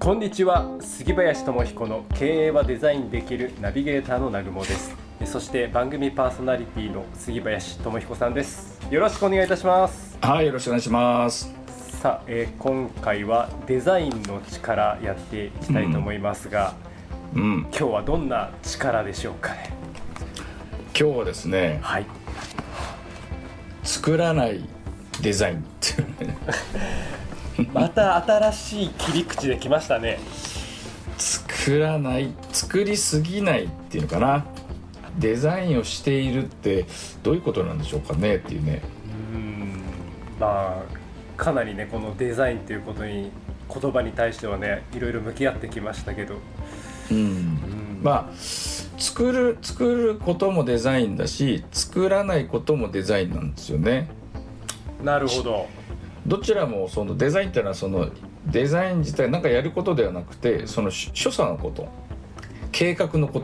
こんにちは、杉林智彦の経営はデザインできるナビゲーターの南雲です。そして番組パーソナリティの杉林智彦さんです。よろしくお願いいたします。 はい、よろしくお願いします。 さあ、今回はデザインの力やっていきたいと思いますが、今日はどんな力でしょうかね。 今日はですね、 はい、 作らないデザインっていうまた新しい切り口できましたね。 作らない、作りすぎないっていうのかな。デザインをしているってどういうことなんでしょうかねっていうね。 まあかなりね、このデザインということに言葉に対してはね、いろいろ向き合ってきましたけど、まあ作ることもデザインだし、作らないこともデザインなんですよね。 なるほど。 どちらもそのデザインっていうのは、そのデザイン自体なんかやることではなくて、その所作のこと、計画のこと、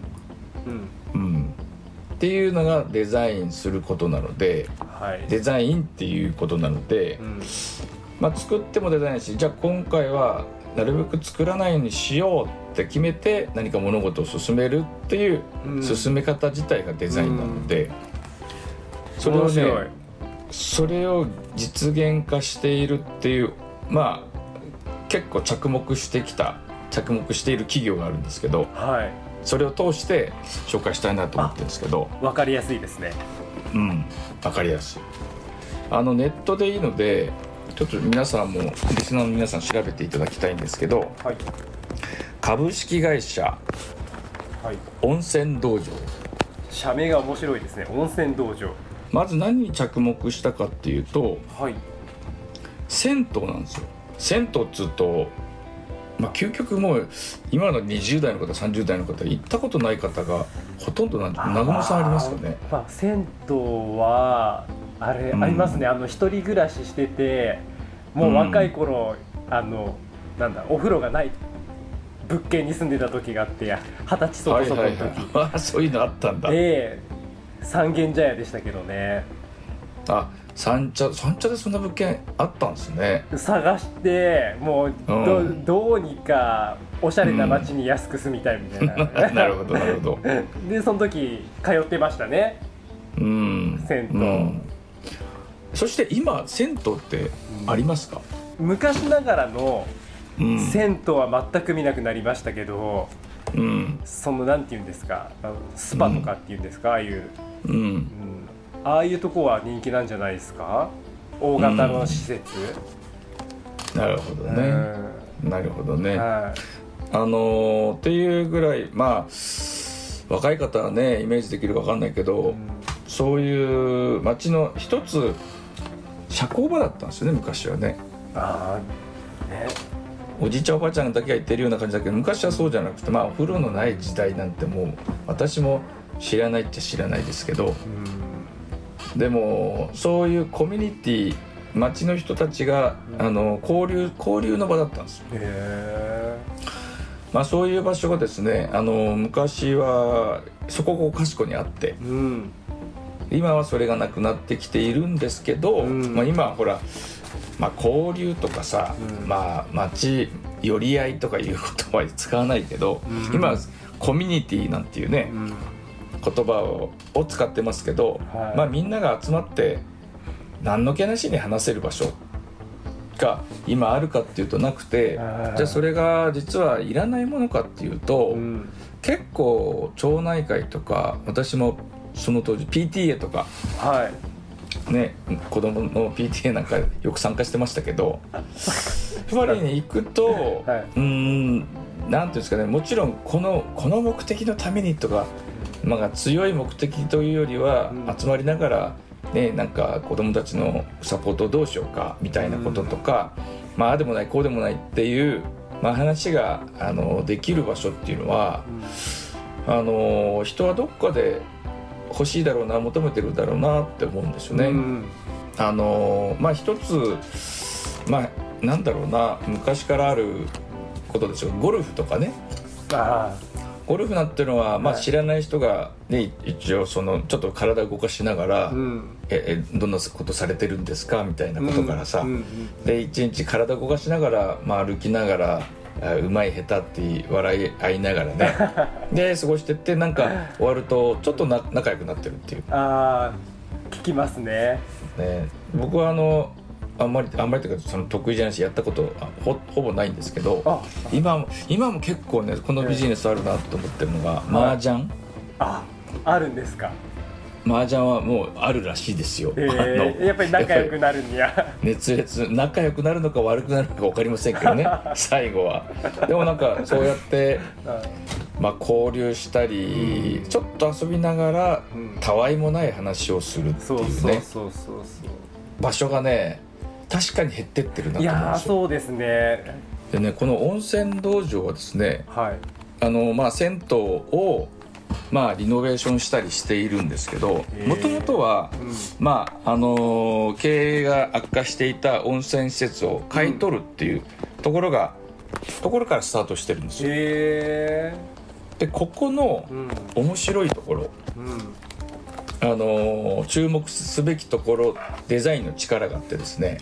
っていうのがデザインすることなので、デザインっていうことなので、作ってもデザインし、じゃあ今回はなるべく作らないようにしようって決めて何か物事を進めるっていう進め方自体がデザインなので、それをね、それを実現化しているっていう、結構着目している企業があるんですけど、それを通して紹介したいなと思ってるんですけど。 分かりやすいですね。 分かりやすい。ネットでいいのでちょっと皆さんもリスナーの皆さん調べていただきたいんですけど、株式会社、温泉道場。 社名が面白いですね。温泉道場。 まず何に着目したかっていうと、銭湯なんですよ。銭湯っつうと、究極もう今の20代の方30代の方行ったことない方がほとんどなんで、南雲さんありますよね。 銭湯はありますね。一人暮らししてて、もう若い頃、お風呂がない物件に住んでた時があって、20歳そこそこの時、 そういうのあったんだ。 三軒茶屋でしたけどね。 三茶でそんな物件あったんですね。 探してもう どうにかおしゃれな街に安く住みたいみたいな、 なるほどなるほど。 でその時通ってましたね、銭湯。 そして今銭湯ってありますか？ 昔ながらの銭湯は全く見なくなりましたけど、そのなんていうんですか、スパとかっていうんですか、ああいうとこは人気なんじゃないですか？大型の施設。 なるほどね、なるほどね。っていうぐらい、若い方はねイメージできるか分かんないけど、そういう街の一つ社交場だったんですよね、昔はね。おじいちゃんおばあちゃんだけが行ってるような感じだけど、昔はそうじゃなくて、お風呂のない時代なんてもう私も知らないっちゃ知らないですけど、でもそういうコミュニティ、町の人たちが、交流の場だったんですよ。そういう場所がですね、昔はそここかしこにあって、今はそれがなくなってきているんですけど、今はほら、交流とかさ、町寄り合いとかいう言葉は使わないけど、今はコミュニティなんていうね、言葉を使ってますけど、みんなが集まって何の気なしに話せる場所が今あるかっていうとなくて、じゃあそれが実はいらないものかっていうと、結構町内会とか、私もその当時 PTA とか、子供の PTA なんかよく参加してましたけど、やっぱりね行くと、なんていうんですかね、もちろんこの目的のためにとか、強い目的というよりは、集まりながらなんか子供たちのサポートをどうしようかみたいなこととか、ああでもないこうでもないっていう、話ができる場所っていうのは、人はどっかで欲しいだろうな、求めてるだろうなって思うんですよね。一つ、なんだろうな、昔からあることでしょう。ゴルフとかね。ゴルフなんていうのは、知らない人が、一応ちょっと体を動かしながら、どんなことされてるんですかみたいなことからさ、で一日体を動かしながら、歩きながらうまい下手って笑い合いながらねで過ごしてって、なんか終わるとちょっと仲良くなってるっていう。 ああ、聞きますね。 僕はあんまりというかその得意じゃないし、やったことほぼないんですけど、今も結構ねこのビジネスあるなと思ってるのが麻雀。 あるんですか。 麻雀はもうあるらしいですよ。 やっぱり仲良くなるには仲良くなるのか悪くなるのか分かりませんけどね最後は。でもなんかそうやって交流したり、ちょっと遊びながらたわいもない話をするっていうね、場所がね確かに減ってってるなと思うんですよ。いやそうですね。 でね、この温泉道場はですね、銭湯をリノベーションしたりしているんですけど、もともとは、経営が悪化していた温泉施設を買い取るっていうところからスタートしてるんですよ。でここの面白いところ、注目すべきところ、デザインの力があってですね、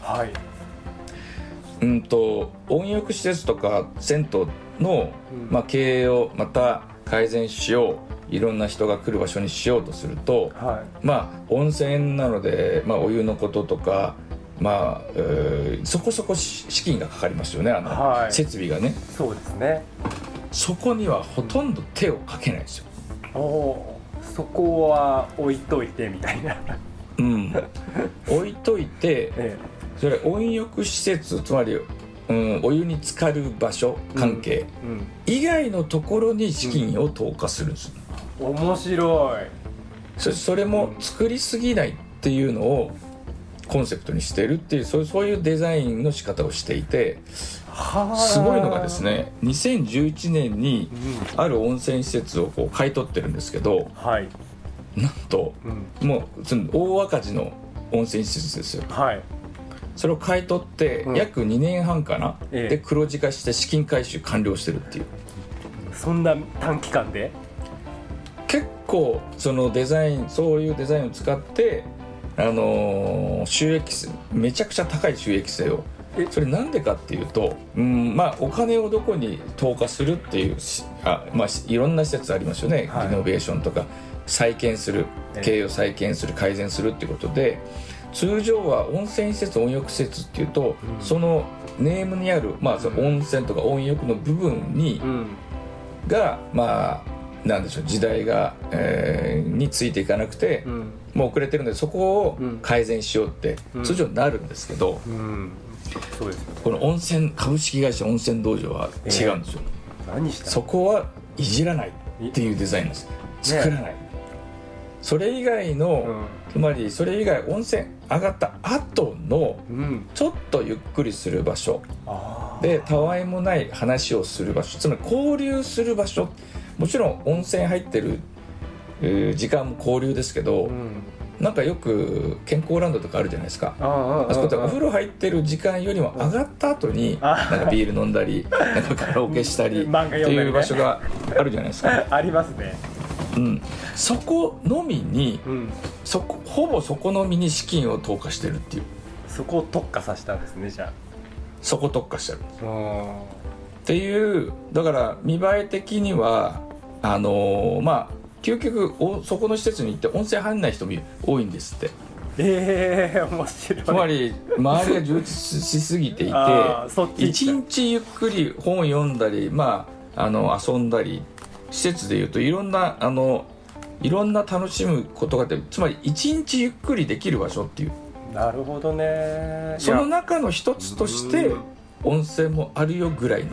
温浴施設とか銭湯の、経営をまた改善しよう、いろんな人が来る場所にしようとすると、温泉なので、お湯のこととか、そこそこ資金がかかりますよね、設備がね。 そうですね。 そこにはほとんど手をかけないですよ。 そこは置いといてみたいな置いといて、それ温浴施設、つまりお湯に浸かる場所関係以外のところに資金を投下するんです。 面白い。 それも作りすぎないっていうのをコンセプトにしているっていう、そういうデザインの仕方をしていて、すごいのがですね、2011年にある温泉施設を買い取ってるんですけど、なんと、もう大赤字の温泉施設ですよ。それを買い取って約2年半かな、で黒字化して資金回収完了してるっていう。 そんな短期間で結構そういうデザインを使って収益性、めちゃくちゃ高い収益性を。それなんでかっていうと、お金をどこに投下するっていう、いろんな施設ありますよね、リノベーションとか再建する、経営を再建する、改善するっていうことで、通常は温泉施設、温浴施設っていうと、そのネームにある、その温泉とか温浴の部分に、がなんでしょう、時代が、についていかなくて、もう遅れてるので、そこを改善しようって通常になるんですけど、 そうですよね。 この温泉株式会社温泉道場は違うんですよ。 何したの？ そこはいじらないっていうデザインです。作らない、それ以外の、つまりそれ以外温泉上がった後のちょっとゆっくりする場所で、たわいもない話をする場所、つまり交流する場所、もちろん温泉入ってる時間も交流ですけど、なんかよく健康ランドとかあるじゃないですか。あそこってお風呂入ってる時間よりも上がった後になんかビール飲んだり、なんかカラオケしたりっていう場所があるじゃないですか。 ありますね。 そこのみに、ほぼそこのみに資金を投下してるっていう。そこを特化させたんですね。じゃあそこ特化してるっていう。だから見栄え的には究極そこの施設に行って温泉入んない人も多いんですって。面白い。つまり周りが充実しすぎていて一日ゆっくり本を読んだり、遊んだり、施設でいうといろんな楽しむことがあって、つまり一日ゆっくりできる場所っていう。 なるほどね。 その中の一つとして温泉もあるよぐらいの。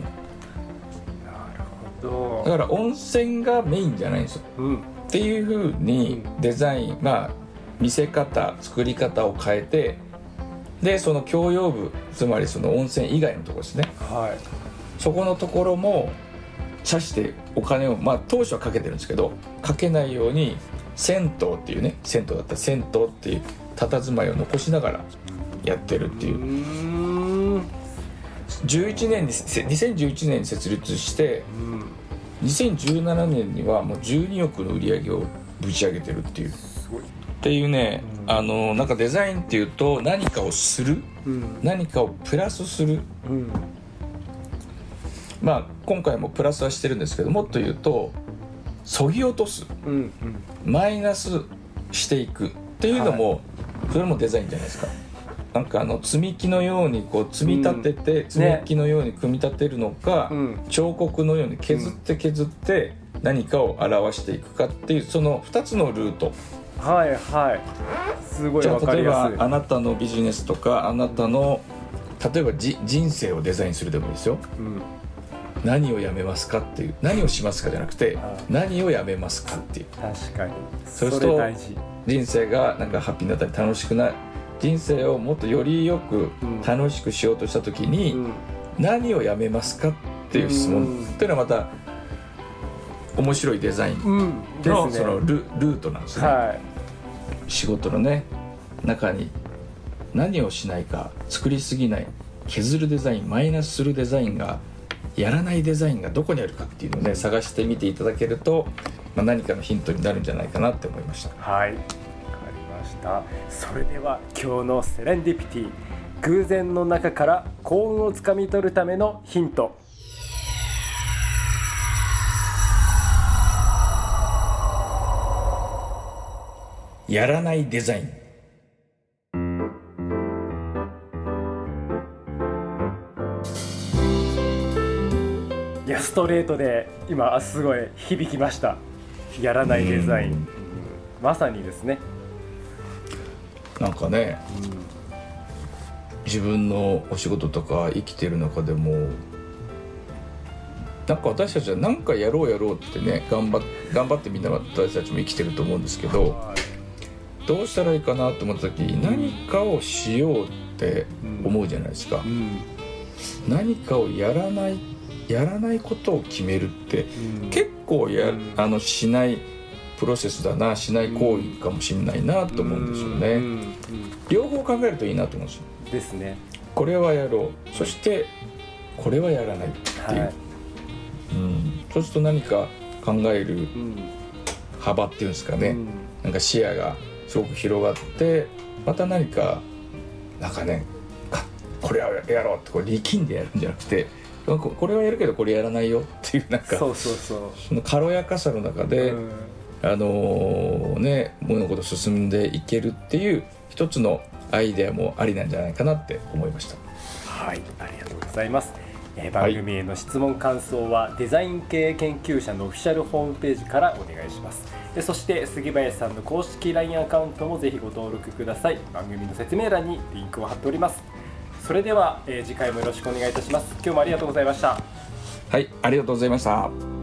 だから温泉がメインじゃないんですよ、っていう風にデザイン、見せ方、作り方を変えて、でその共用部、つまりその温泉以外のところですね、そこのところもさしてお金を、当初はかけてるんですけど、かけないように銭湯っていうね、銭湯だったら銭湯っていう佇まいを残しながらやってるっていう。2011年に設立して、2017年にはもう12億の売り上げをぶち上げてるっていう。っていうね、なんかデザインっていうと何かをする、何かをプラスする、 今回もプラスはしてるんですけど、もっと言うと削ぎ落とす、マイナスしていくっていうのも、それもデザインじゃないですか。なんか積み木のようにこう積み立てて、積み木のように組み立てるのか、彫刻のように削って何かを表していくかっていう、その2つのルート。 すごいわかりやすい。 じゃあ例えばあなたのビジネスとか、あなたの例えば人生をデザインするでもいいですよ、何をやめますかっていう、何をしますかじゃなくて何をやめますかっていう。 確かにそうすると人生がなんかハッピーになったり楽しくなる、人生をもっとよりよく楽しくしようとした時に、何をやめますかっていう質問っていうのはまた面白いデザインのそのルートなんですね、仕事のね中に何をしないか、作りすぎない、削るデザイン、マイナスするデザインが、やらないデザインがどこにあるかっていうのをね探してみていただけると、何かのヒントになるんじゃないかなって思いました。 はい、わかりました。それでは今日のセレンディピティ、偶然の中から幸運をつかみ取るためのヒント。 やらないデザイン。 いや、ストレートで今すごい響きました。やらないデザイン、まさにですね。 なんかね、自分のお仕事とか生きてる中でも、なんか私たちは何かやろうってね、頑張ってみんな私たちも生きてると思うんですけど、どうしたらいいかなと思った時に、何かをしようって思うじゃないですか、何かをやらないことを決めるって、結構しないプロセスだな、しない行為かもしれないなと思うんですよね。両方考えるといいなと思うんですよ。 ですね。 これはやろう、そしてこれはやらないっていう、そうすると何か考える幅っていうんですかね、なんか視野がすごく広がって、また何かなんかね、これはやろうってこれ力んでやるんじゃなくて、これはやるけどこれやらないよっていう、なんかその軽やかさの中で、物事進んでいけるっていう一つのアイデアもありなんじゃないかなって思いました。 はい、ありがとうございます。番組への質問感想はデザイン系研究者のオフィシャルホームページからお願いします。そして杉林さんの公式 LINE アカウントもぜひご登録ください。番組の説明欄にリンクを貼っております。それでは、次回もよろしくお願いいたします。今日もありがとうございました。 はい、ありがとうございました。